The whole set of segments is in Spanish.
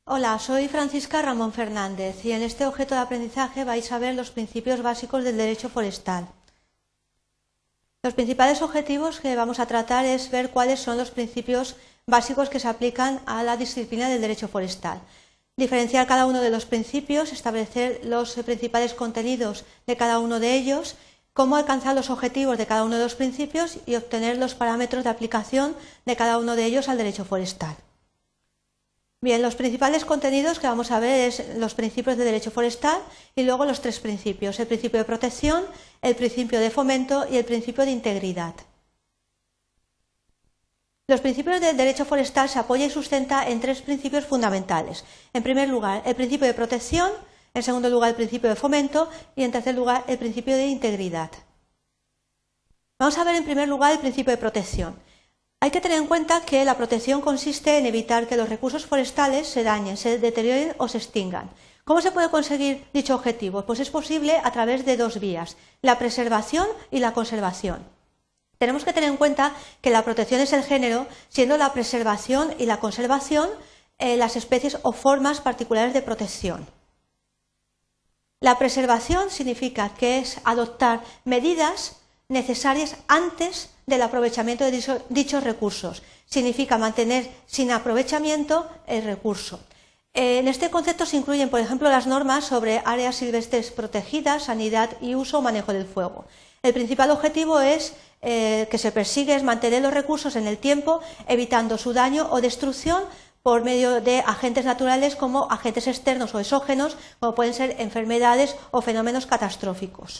Hola, soy Francisca Ramón Fernández y en este objeto de aprendizaje vais a ver los principios básicos del derecho forestal. Los principales objetivos que vamos a tratar es ver cuáles son los principios básicos que se aplican a la disciplina del derecho forestal. Diferenciar cada uno de los principios, establecer los principales contenidos de cada uno de ellos, cómo alcanzar los objetivos de cada uno de los principios y obtener los parámetros de aplicación de cada uno de ellos al derecho forestal. Bien, los principales contenidos que vamos a ver es los principios de derecho forestal y luego los tres principios, el principio de protección, el principio de fomento y el principio de integridad. Los principios del derecho forestal se apoya y sustenta en tres principios fundamentales. En primer lugar, el principio de protección, en segundo lugar, el principio de fomento y en tercer lugar, el principio de integridad. Vamos a ver en primer lugar el principio de protección. Hay que tener en cuenta que la protección consiste en evitar que los recursos forestales se dañen, se deterioren o se extingan. ¿Cómo se puede conseguir dicho objetivo? Pues es posible a través de dos vías, la preservación y la conservación. Tenemos que tener en cuenta que la protección es el género, siendo la preservación y la conservación las especies o formas particulares de protección. La preservación significa que es adoptar medidas necesarias antes del aprovechamiento de dichos recursos. Significa mantener sin aprovechamiento el recurso. En este concepto se incluyen, por ejemplo, las normas sobre áreas silvestres protegidas, sanidad y uso o manejo del fuego. El principal objetivo que se persigue es mantener los recursos en el tiempo, evitando su daño o destrucción por medio de agentes naturales como agentes externos o exógenos, como pueden ser enfermedades o fenómenos catastróficos.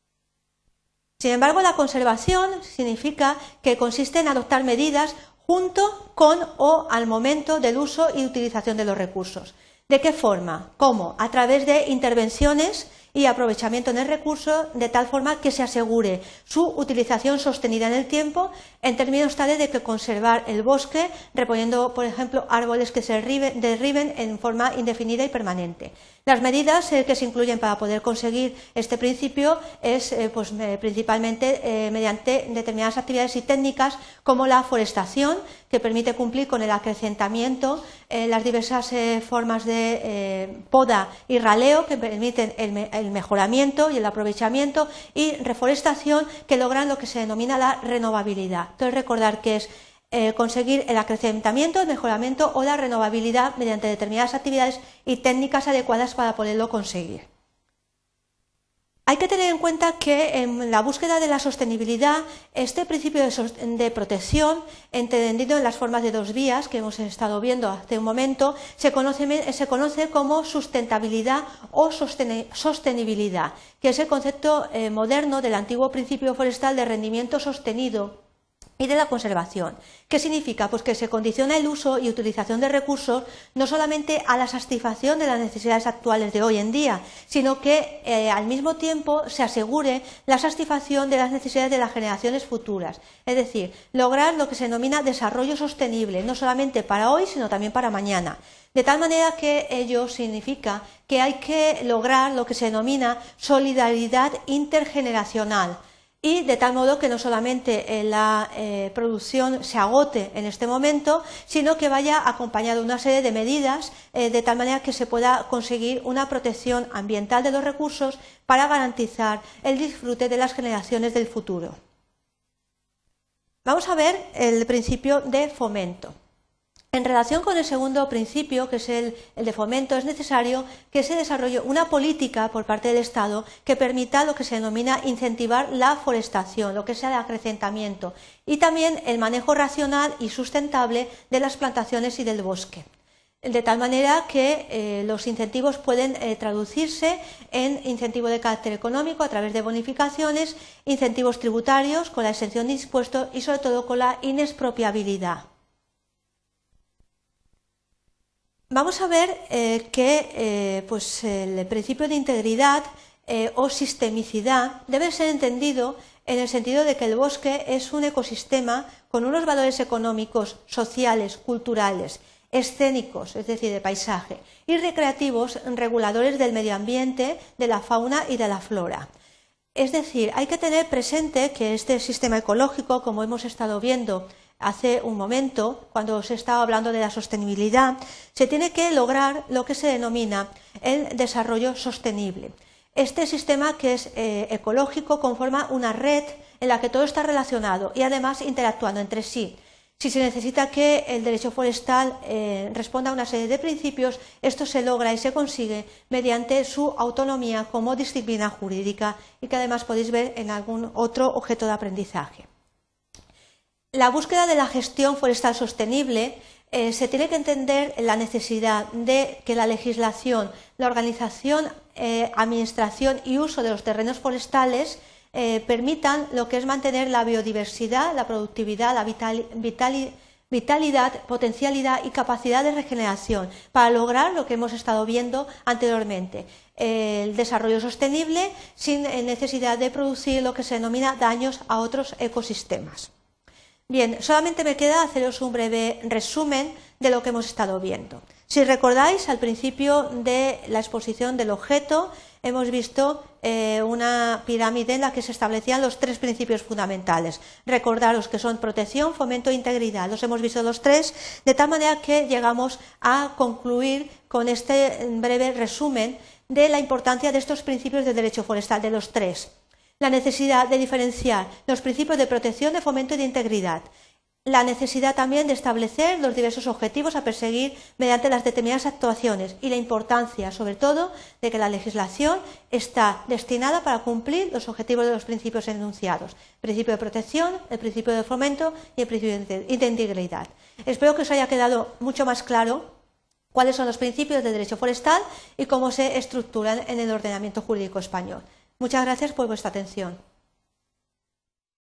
Sin embargo, la conservación significa que consiste en adoptar medidas junto con o al momento del uso y utilización de los recursos. ¿De qué forma? ¿Cómo? A través de intervenciones y aprovechamiento en el recurso de tal forma que se asegure su utilización sostenida en el tiempo en términos tales de que conservar el bosque reponiendo, por ejemplo, árboles que se derriben en forma indefinida y permanente. Las medidas que se incluyen para poder conseguir este principio es principalmente mediante determinadas actividades y técnicas como la forestación, que permite cumplir con el acrecentamiento, las diversas formas de poda y raleo que permiten el mejoramiento y el aprovechamiento, y reforestación, que logran lo que se denomina la renovabilidad. Entonces, recordar que es conseguir el acrecentamiento, el mejoramiento o la renovabilidad mediante determinadas actividades y técnicas adecuadas para poderlo conseguir. Hay que tener en cuenta que en la búsqueda de la sostenibilidad, este principio de protección, entendido en las formas de dos vías que hemos estado viendo hace un momento, se conoce como sustentabilidad o sostenibilidad, que es el concepto moderno del antiguo principio forestal de rendimiento sostenido y de la conservación. ¿Qué significa? Pues que se condiciona el uso y utilización de recursos no solamente a la satisfacción de las necesidades actuales de hoy en día, sino que al mismo tiempo se asegure la satisfacción de las necesidades de las generaciones futuras. Es decir, lograr lo que se denomina desarrollo sostenible, no solamente para hoy, sino también para mañana. De tal manera que ello significa que hay que lograr lo que se denomina solidaridad intergeneracional, y de tal modo que no solamente la producción se agote en este momento, sino que vaya acompañado de una serie de medidas de tal manera que se pueda conseguir una protección ambiental de los recursos para garantizar el disfrute de las generaciones del futuro. Vamos a ver el principio de fomento. En relación con el segundo principio, que es el de fomento, es necesario que se desarrolle una política por parte del Estado que permita lo que se denomina incentivar la forestación, lo que sea el acrecentamiento, y también el manejo racional y sustentable de las plantaciones y del bosque. De tal manera que los incentivos pueden traducirse en incentivo de carácter económico a través de bonificaciones, incentivos tributarios con la exención de impuestos y sobre todo con la inexpropiabilidad. Vamos a ver que el principio de integridad o sistemicidad debe ser entendido en el sentido de que el bosque es un ecosistema con unos valores económicos, sociales, culturales, escénicos, es decir, de paisaje, y recreativos, reguladores del medio ambiente, de la fauna y de la flora. Es decir, hay que tener presente que este sistema ecológico, como hemos estado viendo hace un momento, cuando se estaba hablando de la sostenibilidad, se tiene que lograr lo que se denomina el desarrollo sostenible. Este sistema, que es ecológico, conforma una red en la que todo está relacionado y además interactuando entre sí. Si se necesita que el derecho forestal responda a una serie de principios, esto se logra y se consigue mediante su autonomía como disciplina jurídica y que además podéis ver en algún otro objeto de aprendizaje. La búsqueda de la gestión forestal sostenible se tiene que entender la necesidad de que la legislación, la organización, administración y uso de los terrenos forestales permitan lo que es mantener la biodiversidad, la productividad, la vitalidad, potencialidad y capacidad de regeneración para lograr lo que hemos estado viendo anteriormente, el desarrollo sostenible sin necesidad de producir lo que se denomina daños a otros ecosistemas. Bien, solamente me queda haceros un breve resumen de lo que hemos estado viendo. Si recordáis, al principio de la exposición del objeto hemos visto una pirámide en la que se establecían los tres principios fundamentales. Recordaros que son protección, fomento e integridad. Los hemos visto los tres, de tal manera que llegamos a concluir con este breve resumen de la importancia de estos principios del derecho forestal, de los tres. La necesidad de diferenciar los principios de protección, de fomento y de integridad. La necesidad también de establecer los diversos objetivos a perseguir mediante las determinadas actuaciones y la importancia, sobre todo, de que la legislación está destinada para cumplir los objetivos de los principios enunciados. El principio de protección, el principio de fomento y el principio de integridad. Espero que os haya quedado mucho más claro cuáles son los principios del derecho forestal y cómo se estructuran en el ordenamiento jurídico español. Muchas gracias por vuestra atención.